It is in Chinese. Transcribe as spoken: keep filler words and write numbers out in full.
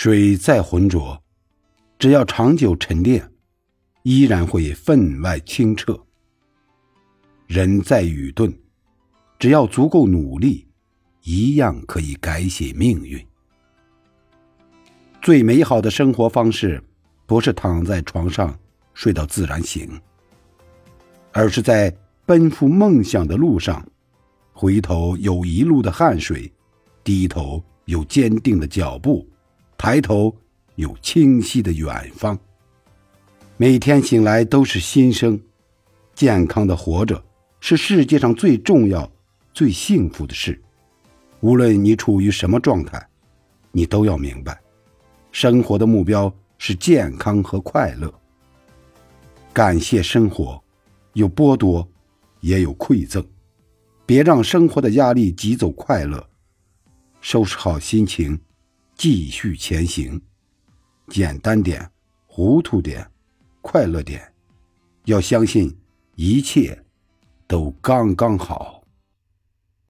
水再浑浊，只要长久沉淀，依然会分外清澈。人再愚钝，只要足够努力，一样可以改写命运。最美好的生活方式，不是躺在床上睡到自然醒，而是在奔赴梦想的路上，回头有一路的汗水，低头有坚定的脚步，抬头有清晰的远方。每天醒来都是新生，健康的活着是世界上最重要、最幸福的事。无论你处于什么状态，你都要明白，生活的目标是健康和快乐。感谢生活，有剥夺，也有馈赠。别让生活的压力挤走快乐，收拾好心情，继续前行。简单点，糊涂点，快乐点，要相信一切都刚刚好。